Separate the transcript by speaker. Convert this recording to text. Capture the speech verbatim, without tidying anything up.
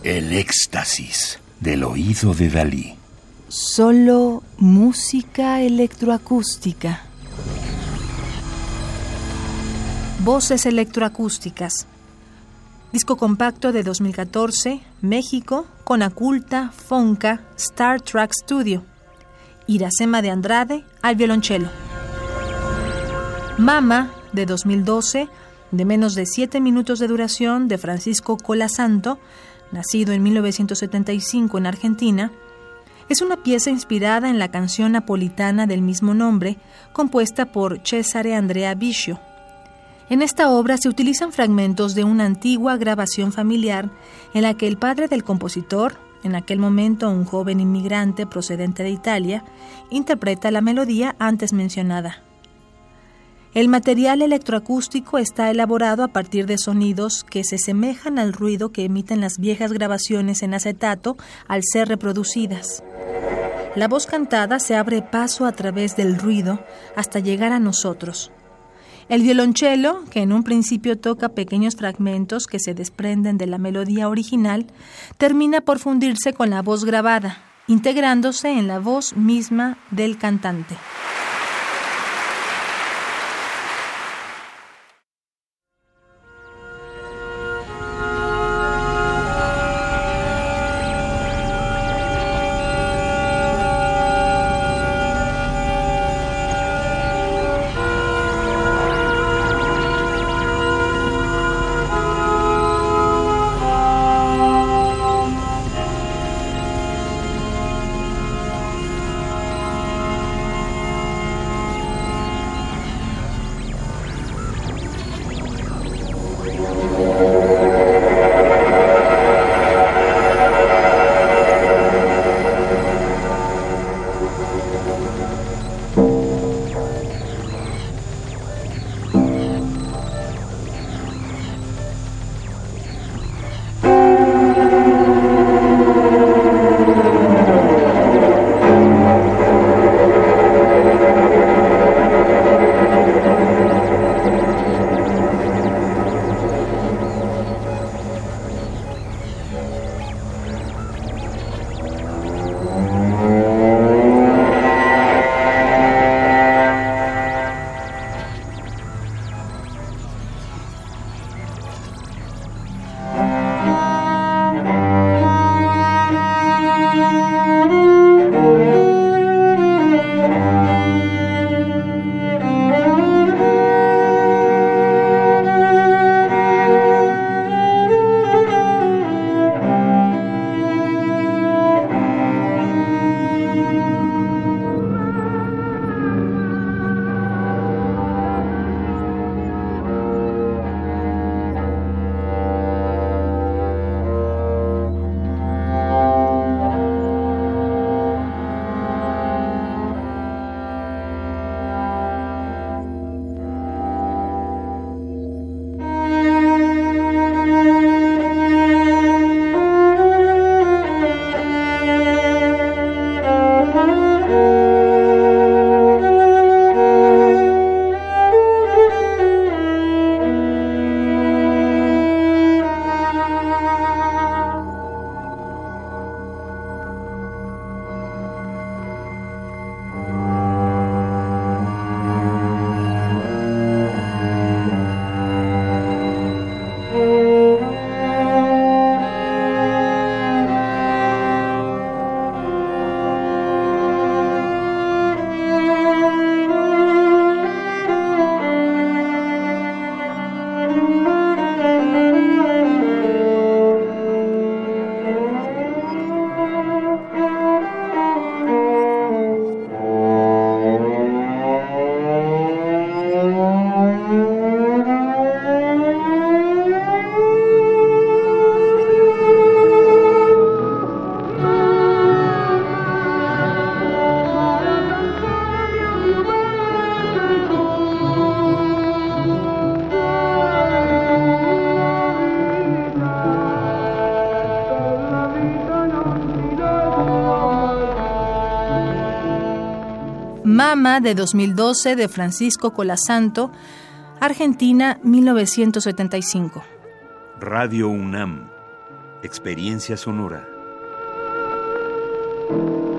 Speaker 1: El éxtasis del oído de Dalí.
Speaker 2: Solo música electroacústica. Voces electroacústicas. Disco compacto de dos mil catorce, México, Conaculta, Fonca, Star Track Studio. Iracema de Andrade al violonchelo. Mama, de dos mil doce, de menos de siete minutos de duración, de Francisco Colasanto, nacido en mil novecientos setenta y cinco en Argentina, es una pieza inspirada en la canción napolitana del mismo nombre, compuesta por Cesare Andrea Biscio. En esta obra se utilizan fragmentos de una antigua grabación familiar en la que el padre del compositor, en aquel momento un joven inmigrante procedente de Italia, interpreta la melodía antes mencionada. El material electroacústico está elaborado a partir de sonidos que se semejan al ruido que emiten las viejas grabaciones en acetato al ser reproducidas. La voz cantada se abre paso a través del ruido hasta llegar a nosotros. El violonchelo, que en un principio toca pequeños fragmentos que se desprenden de la melodía original, termina por fundirse con la voz grabada, integrándose en la voz misma del cantante. Mama, de dos mil doce, de Francisco Colasanto, Argentina, mil novecientos setenta y cinco.
Speaker 1: Radio UNAM, Experiencia sonora.